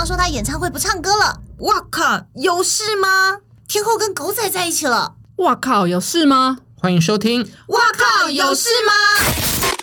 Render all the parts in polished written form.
妈说她演唱会不唱歌了。 哇靠，有事吗？ 天后跟狗仔在一起了。 哇靠，有事吗？ 欢迎收听。 哇靠，有事吗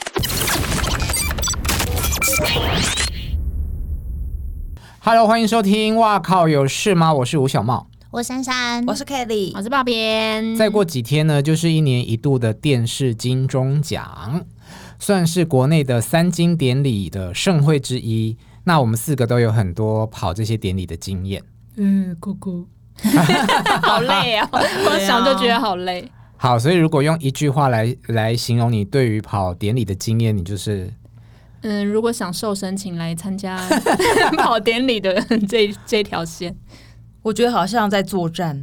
Hello， 欢迎收听。哇靠，有事吗？我是吴小茂， 我珊珊， 我是 Kelly， 我是爸边。 再过几天呢，就是1年1度的电视金钟奖，算是国内的3金典礼的盛会之一。那我们4个都有很多跑这些典礼的经验。 姑姑，好累啊！我想就觉得好累。 好，所以如果用一句话来形容你对于跑典礼的经验，你就是如果想瘦身，请来参加跑典礼的这条线。 我觉得好像在作战。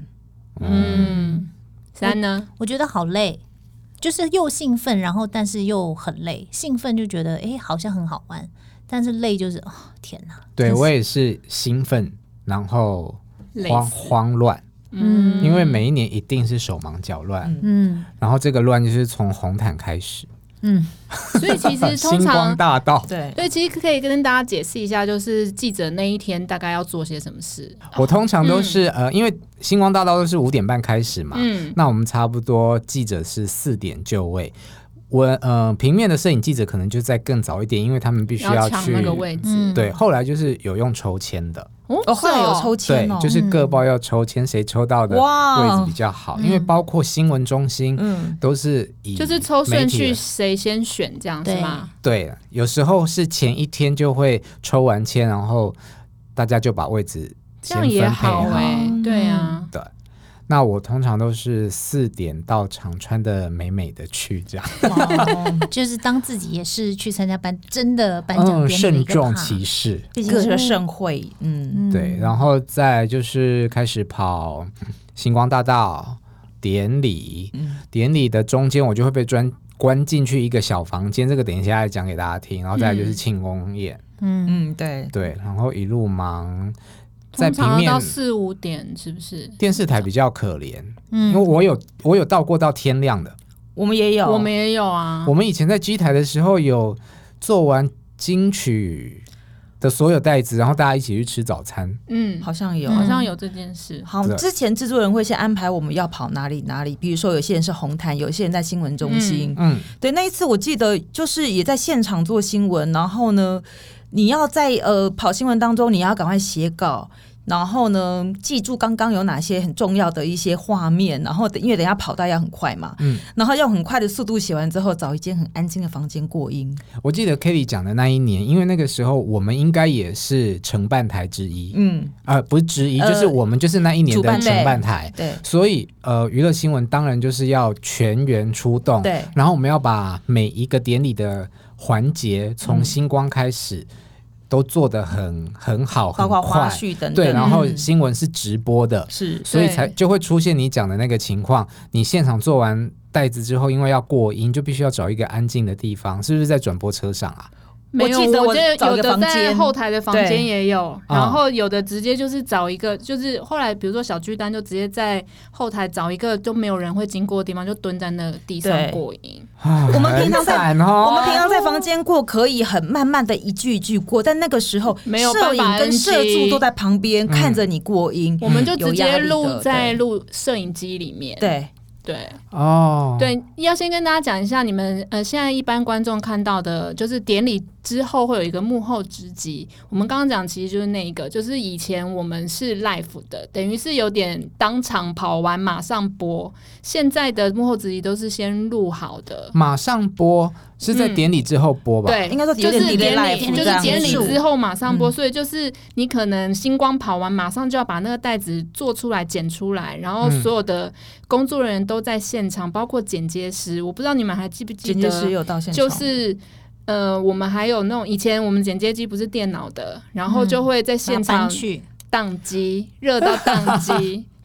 3呢？ 我觉得好累，就是又兴奋，然后但是又很累。兴奋就觉得好像很好玩，但是累就是天哪！ 对我也是兴奋，然后慌乱。因为每一年一定是手忙脚乱，然后这个乱就是从红毯开始， 所以其实通常星光大道， 对，其实可以跟大家解释一下，就是记者那一天大概要做些什么事。 我通常都是因为星光大道都是5点半开始嘛，那我们差不多记者是4点就位。平面的摄影记者可能就再更早一点，因为他们必须要去抢那个位置。 对，后来就是有用抽签的。 后来有抽签对，就是各报要抽签，谁抽到的位置比较好，因为包括新闻中心都是以就是抽顺序谁先选这样是吗？ 对，有时候是前一天就会抽完签，然后大家就把位置先分配好。 这样也好对啊。 对，那我通常都是4点到场，穿的美美的去这样， 就是当自己也是去参加真的颁奖典礼的一个慎重其事， 毕竟是个盛会。 对，然后再就是开始跑星光大道典礼，典礼的中间我就会被关进去一个小房间，这个等一下来讲给大家听，然后再来就是庆功宴，对，然后一路忙。在平面到4、5点是不是？ 电视台比较可怜，因为我有到过到天亮的， 我们也有啊。 我们以前在 G 台的时候有做完金曲的所有带子，然后大家一起去吃早餐。 好像有这件事。 好，之前制作人会先安排我们要跑哪里，比如说有些人是红毯，有些人在新闻中心。对，那一次我记得就是也在现场做新闻，然后呢，你要在跑新闻当中，你要赶快写稿。然后呢，记住刚刚有哪些很重要的一些画面，然后因为等一下跑道要很快嘛，然后用很快的速度写完之后，找一间很安静的房间过音。我记得 Kelly 讲的那一年，因为那个时候我们应该也是承办台之一，不是之一，就是我们就是那一年的承办台， 对， 所以娱乐新闻当然就是要全员出动， 对， 然后我们要把每一个典礼的环节从星光开始。都做得很好， 包括花絮等等。 对，然后新闻是直播的，所以就会出现你讲的那个情况。你现场做完带子之后，因为要过音，就必须要找一个安静的地方，是不是在转播车上啊？ 没有，我觉得有的在后台的房间也有，然后有的直接就是找一个，就是后来比如说小巨蛋就直接在后台找一个都没有人会经过的地方，就蹲在那个地上过音。 我们平常在房间过可以很慢慢的一句一句过，但那个时候摄影跟摄助都在旁边看着你过音， 我们就直接录在摄影机里面。对对，要先跟大家讲一下，你们现在一般观众看到的就是典礼之后会有一个幕后直击。我们刚刚讲其实就是那一个，就是以前我们是 live 的，等于是有点当场跑完马上播。现在的幕后直击都是先录好的， 马上播是在典礼之后播吧？ 对， 应该说就是典礼之后马上播，所以就是你可能星光跑完，马上就要把那个带子做出来、剪出来，然后所有的工作人员都在现场，包括剪接师。我不知道你们还记不记得， 剪接师有到现场， 就是我们还有那种以前我们剪接机不是电脑的，然后就会在现场宕机，热到宕机。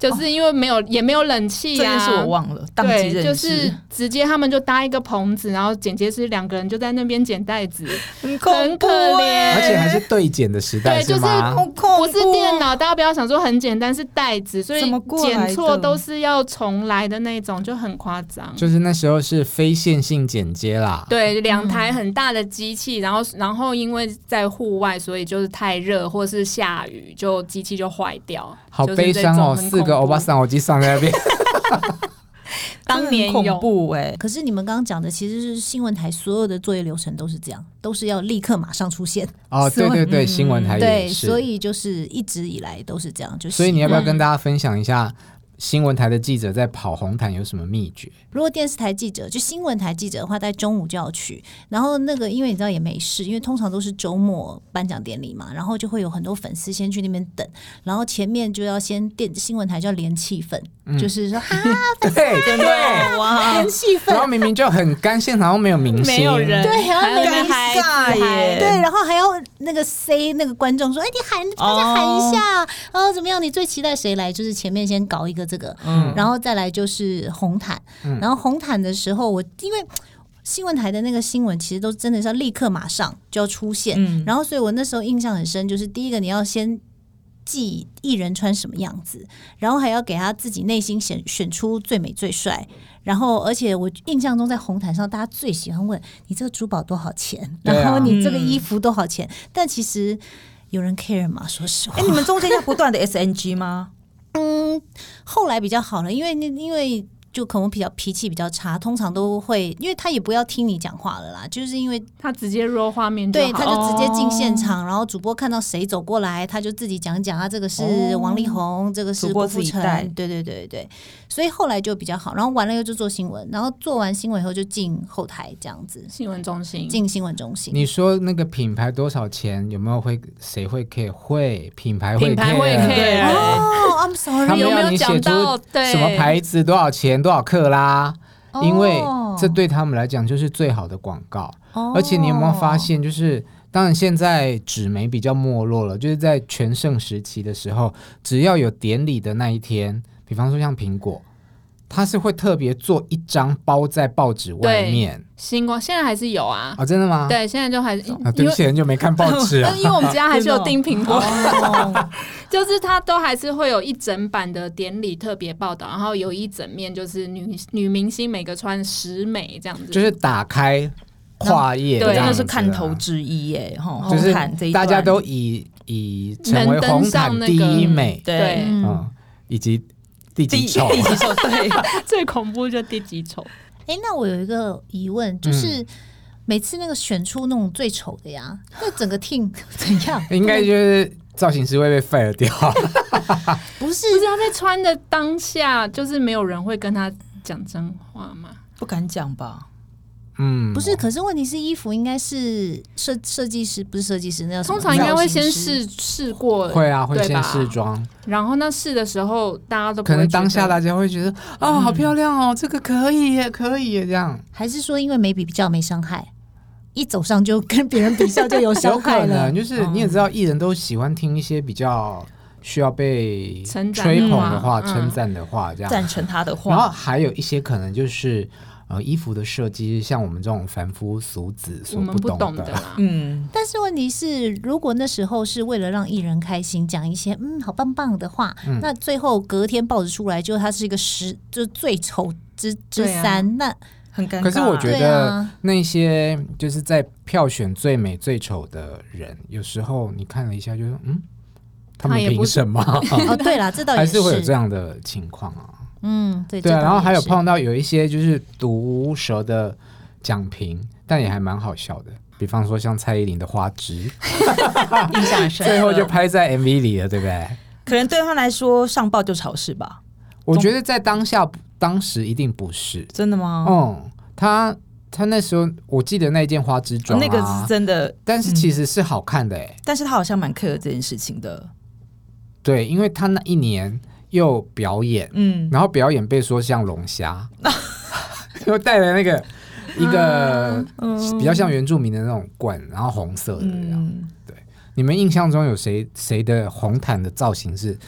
就是因为也没有冷气啊， 这件事我忘了，当机对，就是直接他们就搭一个棚子，然后剪接师2个人就在那边剪带子，很可怜， 而且还是对剪的时代， 对，就是不是电脑，大家不要想说很简单，是带子，所以剪错都是要重来的那种，就很夸张。 就是那时候是非线性剪接啦， 对，2台很大的机器，然后因为在户外，所以就是太热或是下雨，就机器就坏掉。 好悲伤哦，4个欧巴桑我机上在那边。 当年有恐怖可是你们刚刚讲的其实是新闻台所有的作业流程都是这样，都是要立刻马上出现。 哦，对对对，新闻台也是， 对，所以就是一直以来都是这样。 所以你要不要跟大家分享一下？新闻台的记者在跑红毯有什么秘诀？ 如果电视台记者就新闻台记者的话，在中午就要去，然后那个因为你知道也没事，因为通常都是周末颁奖典礼嘛，然后就会有很多粉丝先去那边等，然后前面就要先新闻台就要连气氛，就是说哈， 对哇，连气氛， 然后明明就很干，现场又没有明星， 没有人， 对，然后没人嗨耶， 对，然后还要那个 say 那个观众说，哎，大家喊一下，怎么样？你最期待谁来？就是前面先搞一个这个，然后再来就是红毯，然后红毯的时候，因为新闻台的那个新闻其实都真的是要立刻马上就要出现，然后所以我那时候印象很深，就是第一个你要先记艺人穿什么样子，然后还要给他自己内心选出最美最帅，然后而且我印象中在红毯上大家最喜欢问你这个珠宝多少钱，然后你这个衣服多少钱，但其实有人 care 吗？说实话， 你们中间要不断的 SNG 吗？ 后来比较好了，因为就可能比较脾气比较差，通常都会，因为他也不要听你讲话了啦，就是因为他直接 roll 画面就好， 对，他就直接进现场，然后主播看到谁走过来，他就自己讲讲，这个是王力宏，这个是郭富城，对对对对，所以后来就比较好，然后完了又就做新闻，然后做完新闻以后就进后台这样子， 新闻中心进新闻中心。 你说那个品牌多少钱？有没有谁会 care？ 会品牌会 care？ 哦 ，I'm sorry， 他们要你写出什么牌子多少钱？多少克拉？因为这对他们来讲就是最好的广告。而且你有没有发现，就是当然现在纸媒比较没落了，就是在全盛时期的时候，只要有典礼的那一天，比方说像苹果，它是会特别做一张包在报纸外面。 星光现在还是有啊？ 真的吗？ 对，现在就还是。 对不起，很久没看报纸了。 因为我们家还是有订苹果，就是它都还是会有一整版的典礼特别报道，然后有一整面就是女明星每个穿10美这样子， 就是打开跨页， 对，真的是看头之一耶， 就是大家都以成为红毯第一美， 对， 以及第几丑， 对， 最恐怖就第几丑。 那我有一个疑问，就是每次那个选出那种最丑的呀，那整个 team 怎样？ 应该就是造型师会被 fire 掉。 不是他在穿的当下，就是没有人会跟他讲真话吗？ 不敢讲吧。 不是，可是问题是衣服应该是设计师，不是设计师，那通常应该会先试过， 会啊，会先试妆， 然后那试的时候大家都不会可能当下大家会觉得好漂亮哦，这个可以耶，可以耶，这样。 还是说因为没比较没伤害，一走上就跟别人比较就有伤害了？ 有可能，就是你也知道，艺人都喜欢听一些比较需要被吹捧的话、称赞的话，这样赞成他的话。 然后还有一些可能就是衣服的设计，像我们这种凡夫俗子所不懂的啦。 但是问题是，如果那时候是为了让艺人开心，讲一些好棒棒的话，那最后隔天报纸出来，就他是一个就最丑之3，那很尴尬。 可是我觉得那些就是在票选最美最丑的人，有时候你看了一下，就说他们凭什么？ 对啦，这倒也还是会有这样的情况啊。 对啊，然后还有碰到有一些就是毒舌的讲评，但也还蛮好笑的。比方说像蔡依林的花枝， 印象深， 最后就拍在 MV 里了，对不对？ 可能对他来说上报就炒事吧。 我觉得在当时一定不是。 真的吗？ 他那时候我记得那件花枝装， 那个是真的， 但是其实是好看的但是他好像蛮 care 这件事情的。 对，因为他那一年又表演，然后表演被说像龙虾，又带了那个一个比较像原住民的那种冠，然后红色的这样。对，你们印象中有谁的红毯的造型是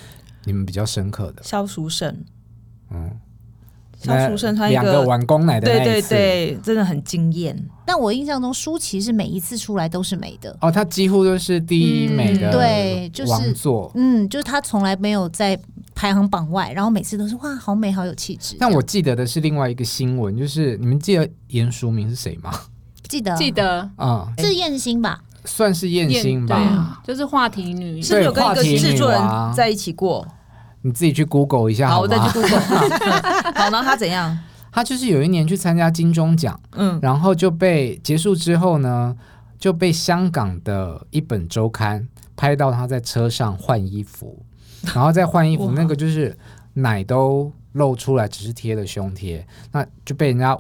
你们比较深刻的？ 萧淑慎，萧淑慎他 2个碗公奶的那一次， 对，真的很惊艳。 但我印象中舒淇是每一次出来都是美的哦，她几乎都是第一美的对，就是王座， 就是她从来没有在排行榜外，然后每次都是哇，好美，好有气质。 但我记得的是另外一个新闻，就是你们记得严淑明是谁吗？ 记得是燕星吧？ 算是燕星吧， 对啊，就是话题女， 是不是有跟一个制作人在一起过？ 你自己去 Google 一下好吗？ 好，我再去 Google 好，然后他怎样？ 他就是有一年去参加金钟奖，然后就被结束之后呢，就被香港的一本周刊拍到他在车上换衣服，然后再换衣服，那个就是奶都露出来，只是贴了胸贴，那就被人家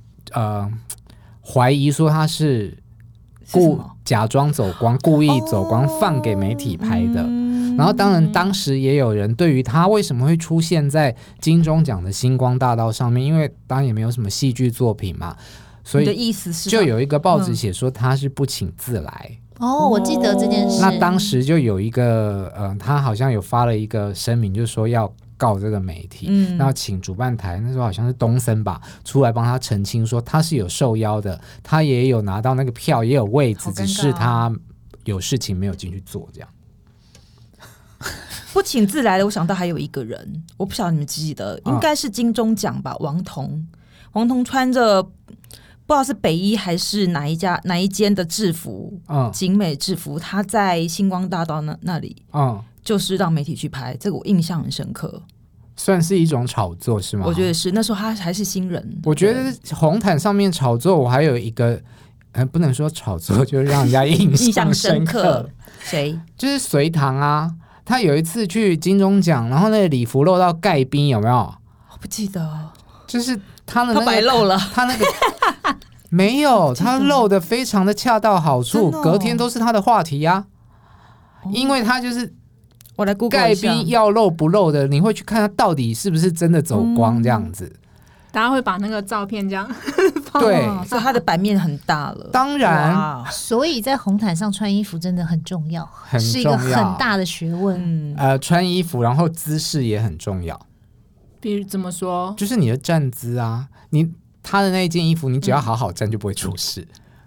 怀疑说他是假装走光，故意走光，放给媒体拍的。然后当然当时也有人对于他为什么会出现在金钟奖的星光大道上面，因为当然也没有什么戏剧作品嘛，所以就有一个报纸写说他是不请自来。 我记得这件事。 那当时就有一个他好像有发了一个声明，就是说要告这个媒体，然后请主办台，那时候好像是东森吧，出来帮他澄清说他是有受邀的，他也有拿到那个票，也有位置，只是他有事情没有进去做这样。 不请自来的，我想到还有一个人，我不晓得你们记得，应该是金钟奖吧，王彤穿着不知道是北一还是哪一间的制服，景美制服，他在星光大道那里，就是让媒体去拍，这个我印象很深刻。 算是一种炒作是吗？ 我觉得是，那时候他还是新人。 我觉得红毯上面炒作，我还有一个不能说炒作，就是让人家印象深刻。 谁？ 就是隋棠啊，他有一次去金钟奖，然后那个礼服露到盖宾，有没有？ 我不记得， 就是他的那个， 他白露了， 他那个没有，他露的非常的恰到好处，隔天都是他的话题啊，因为他就是。 我来 Google 一下， 盖宾要露不露的，你会去看他到底是不是真的走光这样子。 大家会把那个照片这样对， 所以他的版面很大了。 当然， 所以在红毯上穿衣服真的很重要，是一个很大的学问。 穿衣服，然后姿势也很重要。 比如怎么说？ 就是你的站姿啊，他的那一件衣服，你只要好好站就不会出事。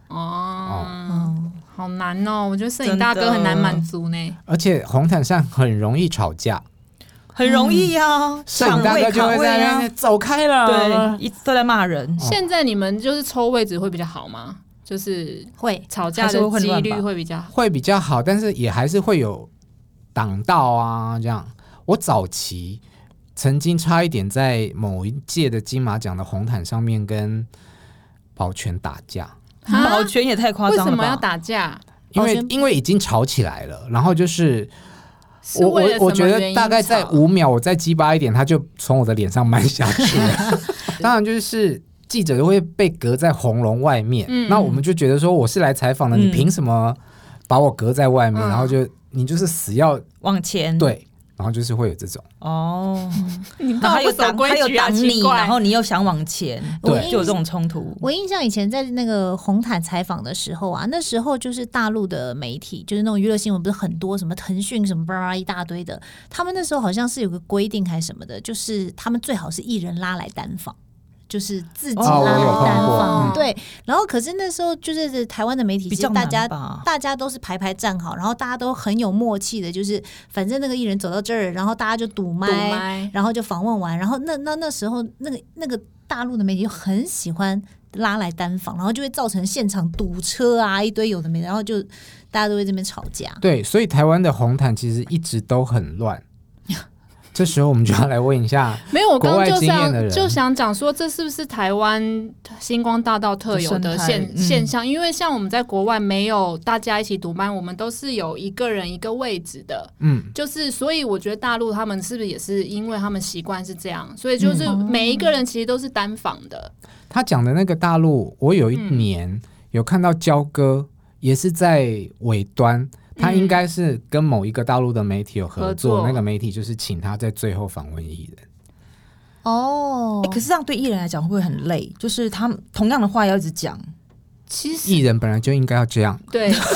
好难哦，我觉得摄影大哥很难满足呢。 而且红毯上很容易吵架， 很容易啊， 摄影大哥就会在那边走开了， 对，一直都在骂人。 现在你们就是抽位置会比较好吗？就是会吵架的几率会比较好， 但是也还是会有挡道啊这样。我早期曾经差一点在某一届的金马奖的红毯上面跟保全打架。 保全也太夸张了吧？ 为什么要打架？ 因为已经吵起来了，然后就是我觉得大概在5秒，我再鸡巴一点，他就从我的脸上漫下去了。当然就是记者会被隔在红龙外面，那我们就觉得说我是来采访的，你凭什么把我隔在外面？然后你就是死要往前， 对。然后就是会有这种他有挡你，然后你又想往前，对，就有这种冲突。 我印象以前在那个红毯采访的时候啊，那时候就是大陆的媒体，就是那种娱乐新闻，不是很多什么腾讯什么吧一大堆的，他们那时候好像是有个规定还是什么的，就是他们最好是艺人拉来单访。就是自己拉来单访，对。然后可是那时候就是台湾的媒体，其实大家都是排站好，然后大家都很有默契的，就是反正那个艺人走到这儿，然后大家就堵麦，然后就访问完，然后那时候那个大陆的媒体就很喜欢拉来单访，然后就会造成现场堵车啊，一堆有的没的，然后就大家都会这边吵架。 对，所以台湾的红毯其实一直都很乱。这时候我们就要来问一下， 没有，我刚刚就想讲说，这是不是台湾星光大道特有的现象？因为像我们在国外没有大家一起读班，我们都是有一个人一个位置的，就是所以我觉得大陆他们是不是也是因为他们习惯是这样，所以就是每一个人其实都是单访的。 他讲的那个大陆，我有一年有看到焦哥也是在尾端。他应该是跟某一个大陆的媒体有合作，那个媒体就是请他在最后访问艺人。 可是这样对艺人来讲会不会很累？就是他们同样的话要一直讲。 其实艺人本来就应该要这样。 对，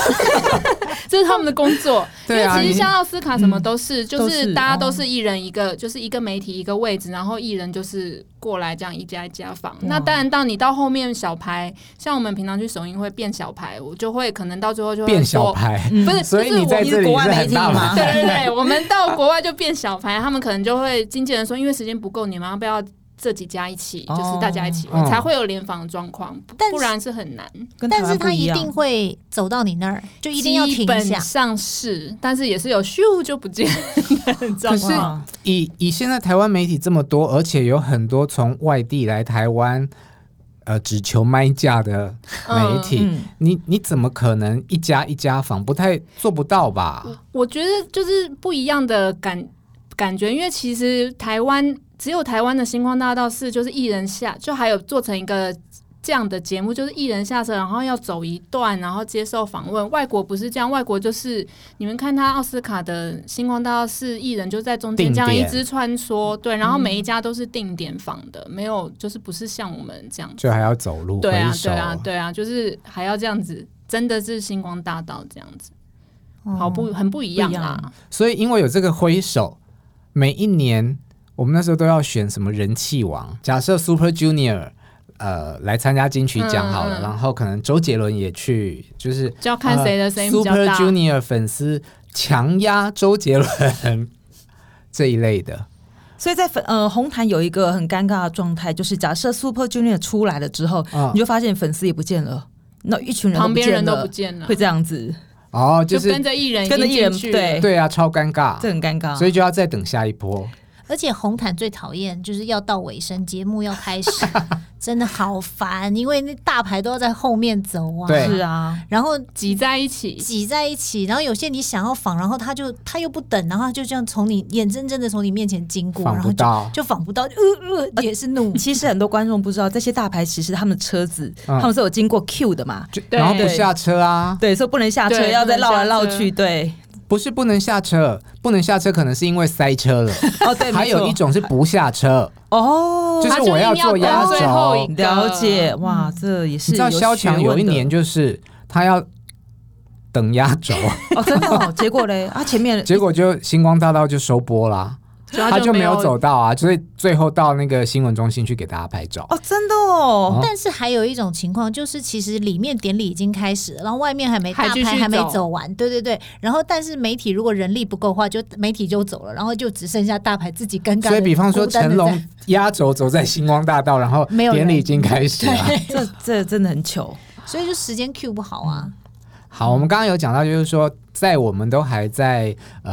这是他们的工作。 对啊， 因为其实像奥斯卡什么都是，就是大家都是艺人一个，就是一个媒体一个位置，然后艺人就是过来这样一家一家访。那当然，你到后面小牌，像我们平常去首映会变小牌，我就会可能到最后就会变小牌， 不是， 所以你在这里是很大牌。 对对对，我们到国外就变小牌，他们可能就会经纪人说，因为时间不够，你们要不要这几家一起，就是大家一起，才会有联访的状况，不然是很难。 但是他一定会走到你那儿，就一定要停下。 基本上是，但是也是有咻就不见的状况。 可是以现在台湾媒体这么多，而且有很多从外地来台湾。只求卖价的媒体，你怎么可能一家一家访？做不到吧？ 我觉得就是不一样的感觉，因为其实只有台湾的星光大道是就是艺人就还有做成一个这样的节目，就是艺人下车，然后要走一段，然后接受访问。外国不是这样，外国就是你们看他奥斯卡的星光大道是艺人就在中间这样一直穿梭，对，然后每一家都是定点访的，没有就是不是像我们这样子， 就还要走路， 对啊，对啊，对啊，就是还要这样子，真的是星光大道这样子，很不一样啦。 所以因为有这个挥手，每一年我们那时候都要选什么人气王，假设 Super Junior。来参加金曲奖好了，然后可能周杰伦也去，就是就要看谁的声音比较大。 Super Junior 粉丝强压周杰伦这一类的， 所以在红毯有一个很尴尬的状态，就是假设 Super Junior 出来了之后，你就发现粉丝也不见了，那一群人旁边人都不见了， 会这样子。 就是跟着艺人对啊，超尴尬， 这很尴尬， 所以就要再等下一波。 而且红毯最讨厌就是要到尾声，节目要开始，真的好烦，因为那大牌都要在后面走啊， 对， 是啊， 然后挤在一起， 然后有些你想要访，然后他又不等，然后就这样从你眼睁睁的从你面前经过，然后就访不到，也是怒。 其实很多观众不知道，这些大牌其实他们的车子，他们是有经过 Q 的嘛， 然后不下车啊， 对，所以不能下车，要再绕来绕去，对。 不是不能下车，可能是因为塞车了。 对， 还有一种是不下车。 就是我要做压轴。 了解，哇，这也是。 你知道萧蔷有一年就是他要等压轴。 真的结果嘞前面结果就星光大道就收播啦。他就没有走到啊，所以最后到那个新闻中心去给大家拍照。 真的哦。 但是还有一种情况，就是其实里面典礼已经开始了，然后外面还没大牌还没走完，对对对。然后但是媒体如果人力不够的话，就媒体就走了，然后就只剩下大牌自己尴尬的。 所以比方说成龙压轴走在星光大道，然后典礼已经开始了， 这真的很糗。 所以就时间 Q 不好啊。 好，我们刚刚有讲到，就是说，在我们都还在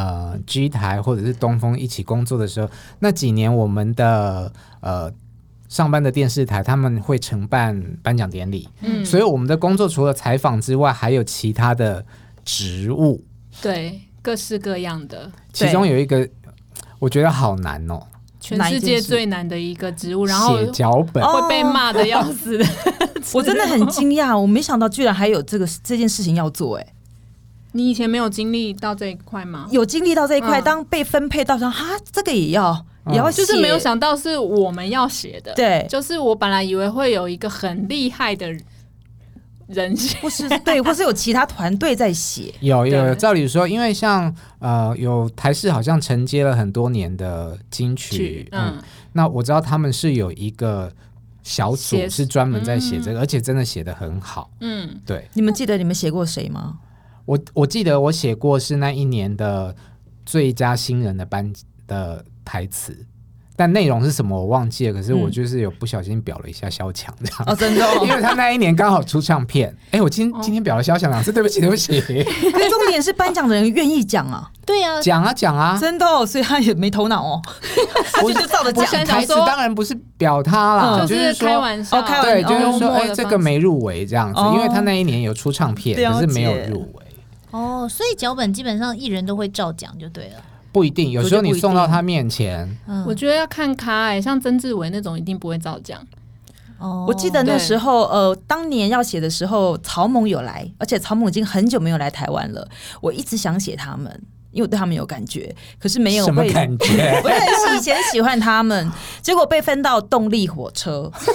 G 台或者是东风一起工作的时候，那几年我们的上班的电视台他们会承办颁奖典礼，所以我们的工作除了采访之外，还有其他的职务， 对，各式各样的。 其中有一个我觉得好难哦。 全世界最难的一个职务，然后写脚本会被骂的要死的。 我真的很惊讶，我没想到居然还有这件事情要做。 你以前没有经历到这一块吗？ 有经历到这一块，当被分配到这个也要写， 就是没有想到是我们要写的。 对， 就是我本来以为会有一个很厉害的人写， 或是有其他团队在写。 有，照理说，因为像有台视好像承接了很多年的金曲，那我知道他们是有一个小组是专门在写这个，而且真的写得很好。对。 你们记得你们写过谁吗？ 我记得我写过是那一年的最佳新人的台词。但内容是什么我忘记了，可是我就是有不小心表了一下萧蔷这样。 真的因为他那一年刚好出唱片。我今天表了萧蔷2次，对不起。 重点是颁奖的人愿意讲啊。 对啊， 讲啊， 真的所以他也没头脑哦。他就照着讲。 台词当然不是表他啦， 就是开玩笑， 对，就是说这个没入围这样子，因为他那一年有出唱片，可是没有入围。 所以脚本基本上艺人都会照讲就对了。 不一定，有时候你送到他面前， 我觉得要看咖像曾志伟那种一定不会照讲。 我记得那时候当年要写的时候，曹猛有来，而且曹猛已经很久没有来台湾了。我一直想写他们，因为我对他们有感觉，可是没有。 什么感觉？ 我以前喜欢他们，结果被分到动力火车。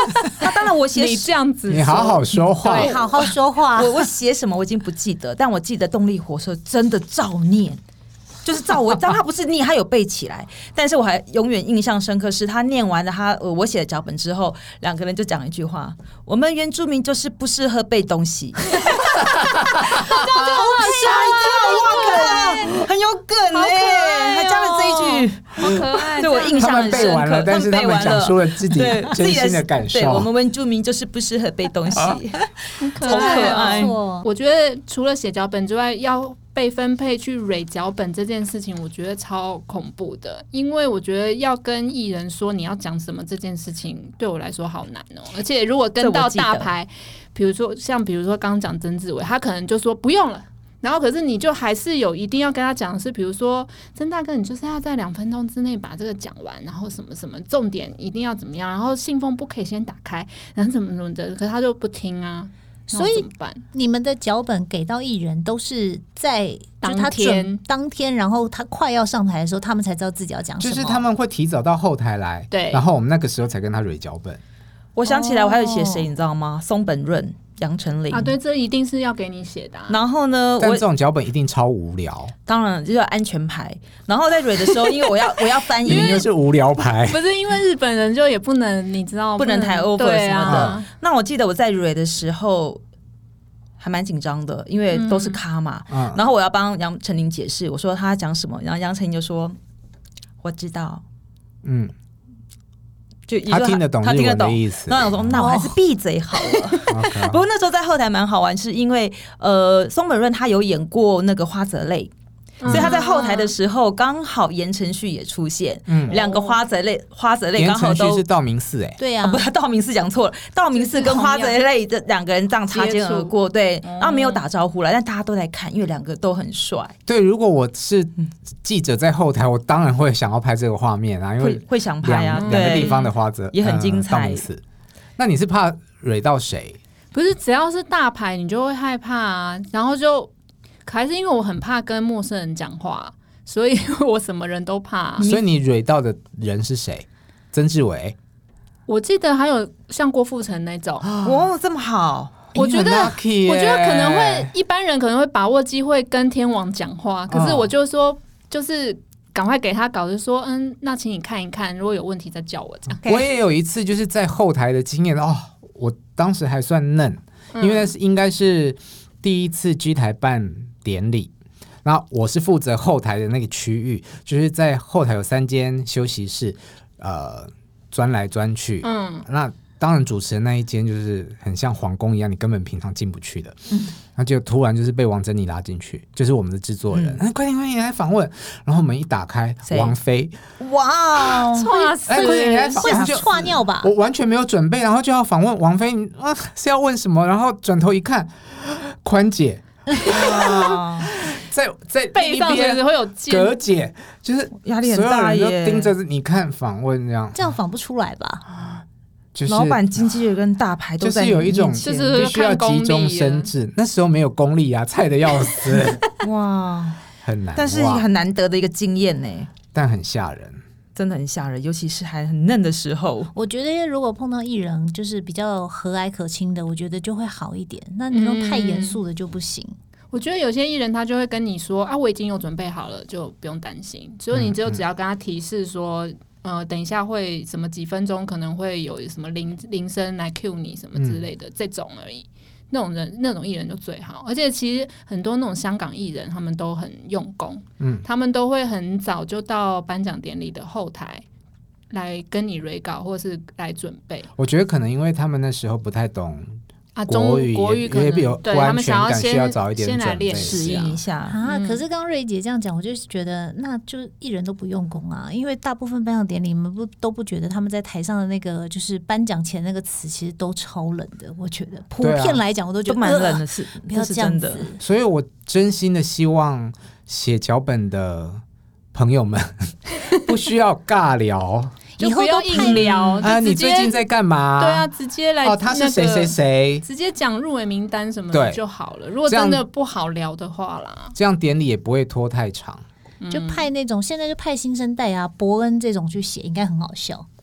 那当然我写你这样子， 你好好说话， 对，好好说话。 我写什么我已经不记得，但我记得动力火车真的照念。就是照我，当他不是念，他有背起来，但是我还永远印象深刻，是他念完了我写的脚本之后，两个人就讲一句话：我们原住民就是不适合背东西。这样就很好笑，很有梗哎，还加了这一句， 好可爱。 对我印象很深刻。 他们背完了，但是他们讲出了自己真心的感受。 对，我们原住民就是不适合背东西，好可爱。 我觉得除了写脚本之外，要被分配去蕊脚本这件事情，我觉得超恐怖的，因为我觉得要跟艺人说你要讲什么这件事情，对我来说好难哦。而且如果跟到大牌，比如说刚刚讲曾志伟，他可能就说不用了，然后可是你就还是有一定要跟他讲的是，比如说曾大哥，你就是要在2分钟之内把这个讲完，然后什么什么重点一定要怎么样，然后信封不可以先打开，然后怎么的，可是他就不听啊。 所以你们的脚本给到艺人都是在当天，然后他快要上台的时候，他们才知道自己要讲什么。 就是他们会提早到后台来， 对， 然后我们那个时候才跟他蕊脚本。 我想起来，我还有写谁，你知道吗？松本润、杨丞琳啊，对，这一定是要给你写的。 然后呢， 但这种脚本一定超无聊。 当然就是安全牌。然后在蕊的时候，因为我要翻译， 因为是无聊牌， 不是因为日本人就也不能，你知道不能抬 over 什么的。那我记得我在蕊的时候还蛮紧张的，因为都是咖嘛。然后我要帮杨丞琳解释，我说他讲什么，然后杨丞琳就说我知道，就他听得懂日文的意思。 然后我说那我还是闭嘴好了。不过那时候在后台蛮好玩，是因为松本润他有演过那个花泽类。所以他在后台的时候，刚好言承旭也出现，两个花泽类刚好都。言承旭是道明寺对啊， 不是道明寺讲错了，道明寺跟花泽类的两个人这样擦肩而过，对，然后没有打招呼了，但大家都在看，因为两个都很帅。 对，如果我是记者在后台，我当然会想要拍这个画面啊，因为会想拍啊， 两个地方的花泽也很精彩。 道明寺，那你是怕蕊到谁？ 不是，只要是大牌，你就会害怕啊，然后就还是因为我很怕跟陌生人讲话。所以我什么人都怕。 所以你蕊到的人是谁？曾志伟。 我记得还有像郭富城那种。 哦，这么好。 我觉得可能会一般人可能会把握机会跟天王讲话，可是我就说就是赶快给他稿子说那请你看一看，如果有问题再叫我这样。 我也有一次就是在后台的经验我当时还算嫩，因为那是应该是第一次G台办典礼。然后我是负责后台的那个区域，就是在后台有3间休息室，钻来钻去。那当然主持人那一间就是很像皇宫一样，你根本平常进不去的。那就突然就是被王珍妮拉进去，就是我们的制作人，快点来访问。然后我们一打开，王菲， 哇， 哇塞， 快点来访问， 就岔尿吧。 我完全没有准备，然后就要访问王菲，是要问什么？然后转头一看，宽姐。在背上随时会有葛姐，就是压力很大耶， 所有人都盯着你看访问这样访不出来吧？ 就是老板、经纪人跟大牌都在， 就是有一种就是必须要急中生智。那时候没有功力啊，菜的要死， 哇， 很难， 但是很难得的一个经验呢， 但很吓人。 真的很吓人，尤其是还很嫩的时候。 我觉得如果碰到艺人就是比较和蔼可亲的，我觉得就会好一点。那那种太严肃的就不行。 我觉得有些艺人他就会跟你说我已经有准备好了，就不用担心。所以你只要跟他提示说等一下会什么几分钟可能会有什么铃声来 cue 你什么之类的，这种而已。那种艺人就最好。而且其实很多那种香港艺人他们都很用功，他们都会很早就到颁奖典礼的后台来跟你蕊稿或是来准备。 我觉得可能因为他们那时候不太懂国语可能有对他们想要需要早一点先来练适应一下可是刚刚瑞姐这样讲，我就觉得那就艺人都不用功啊，因为大部分颁奖典礼你们都不觉得他们在台上的那个就是颁奖前那个词其实都超冷的。我觉得普遍来讲我都觉得蛮冷的，是不要这样子。 所以我真心的希望写脚本的朋友们不需要尬聊。 以后都硬聊你最近在干嘛？ 对啊，直接来他是谁谁谁， 直接讲入围名单什么的就好了。如果真的不好聊的话啦， 这样典礼也不会拖太长。 就派那种现在就派新生代伯恩这种去写，应该很好笑。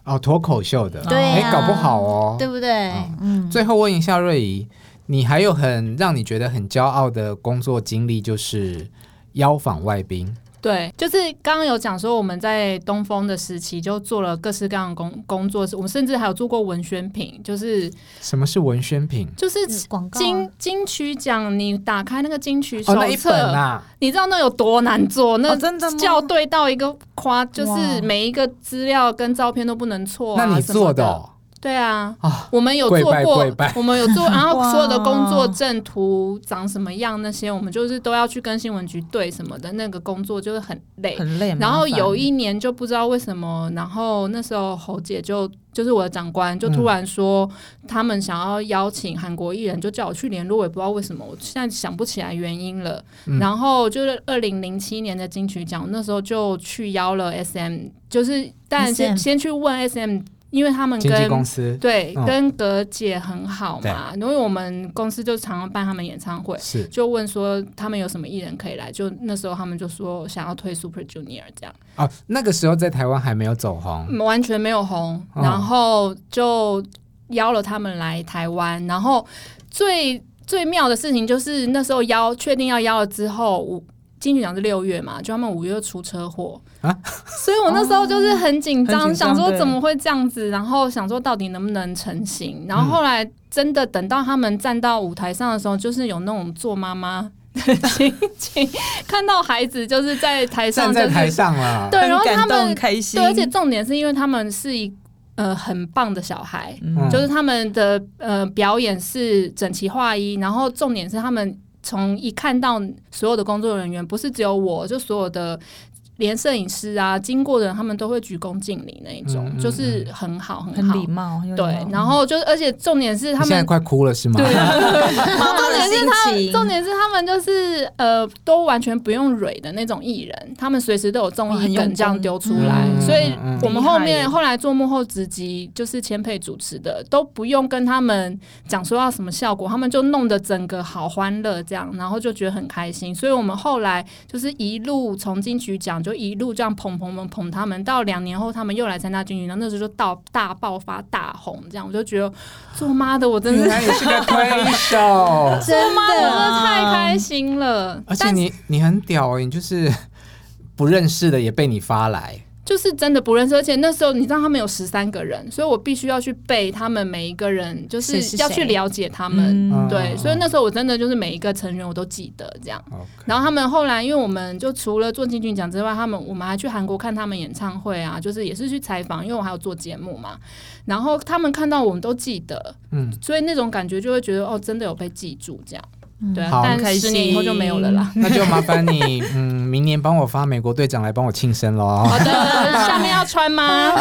脱口秀的， 对搞不好哦， 对不对？ 最后问一下瑞怡，你还有让你觉得很骄傲的工作经历，就是邀访外宾。 对，就是刚刚有讲说我们在东风的时期就做了各式各样的工作，我们甚至还有做过文宣品。就是什么是文宣品？ 就是广告金曲奖，你打开那个金曲手册， 那一本啊， 你知道那有多难做？那真的吗？ 校对到一个就是每一个资料跟照片都不能错啊。 那你做的？ 对啊，我们有做过，我们有做，然后所有的工作证图长什么样那些，我们就是都要去跟新闻局对什么的，那个工作就是很累， 很累。 然后有一年就不知道为什么，然后那时候侯姐就是我的长官，就突然说他们想要邀请韩国艺人，就叫我去联络，我也不知道为什么，我现在想不起来原因了。然后就是2007年的金曲奖，那时候就去邀了 SM， 就是但先去问 SM。因为他们跟经纪公司跟葛姐很好嘛，因为我们公司就常常办他们演唱会，就问说他们有什么艺人可以来，就那时候他们就说想要推 Super Junior 这样。 那个时候在台湾还没有走红， 完全没有红，然后就邀了他们来台湾，然后最妙的事情就是那时候确定要邀了之后，金曲奖是6月嘛，就他们5月出车祸所以我那时候就是很紧张，想说怎么会这样子，然后想说到底能不能成型，然后后来真的等到他们站到舞台上的时候，就是有那种做妈妈的心情，看到孩子就是在台上、 站在台上了， 对，然后他们很开心， 对，而且重点是因为他们是很棒的小孩，就是他们的表演是整齐划一，然后重点是他们从一看到所有的工作人员，不是只有我，就所有的连摄影师啊，经过的人他们都会鞠躬敬礼那一种，就是很好， 很礼貌。 对，然后就而且重点是他们现在快哭了是吗？ 对，重点是他们就是都完全不用蕊的那种艺人，他们随时都有综艺梗这样丢出来，所以我们后来做幕后直击，就是千佩主持的，都不用跟他们讲说要什么效果，他们就弄得整个好欢乐这样，然后就觉得很开心，所以我们后来就是一路从金曲奖就一路这样捧他们，到2年后他们又来参加金曲奖，那时候就大爆发大红，这样我就觉得做妈的我真的原来也是个推手， 做妈的我真的太开心了。 而且你很屌你就是不认识的也被你发来。 就是真的不认识，而且那时候你知道他们有13个人，所以我必须要去背他们每一个人，就是要去了解他们。对，所以那时候我真的就是每一个成员我都记得这样。然后他们后来，因为我们就除了做金曲奖之外，我们还去韩国看他们演唱会啊，就是也是去采访，因为我还有做节目嘛。然后他们看到我们都记得，所以那种感觉就会觉得真的有被记住这样。对啊，但10年以后就没有了啦。 那就麻烦你，明年帮我发美国队长来帮我庆生咯。 好的，下面要穿吗？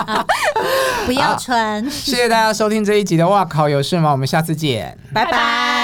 不要穿。 谢谢大家收听这一集的哇靠有事吗？我们下次见， 拜拜。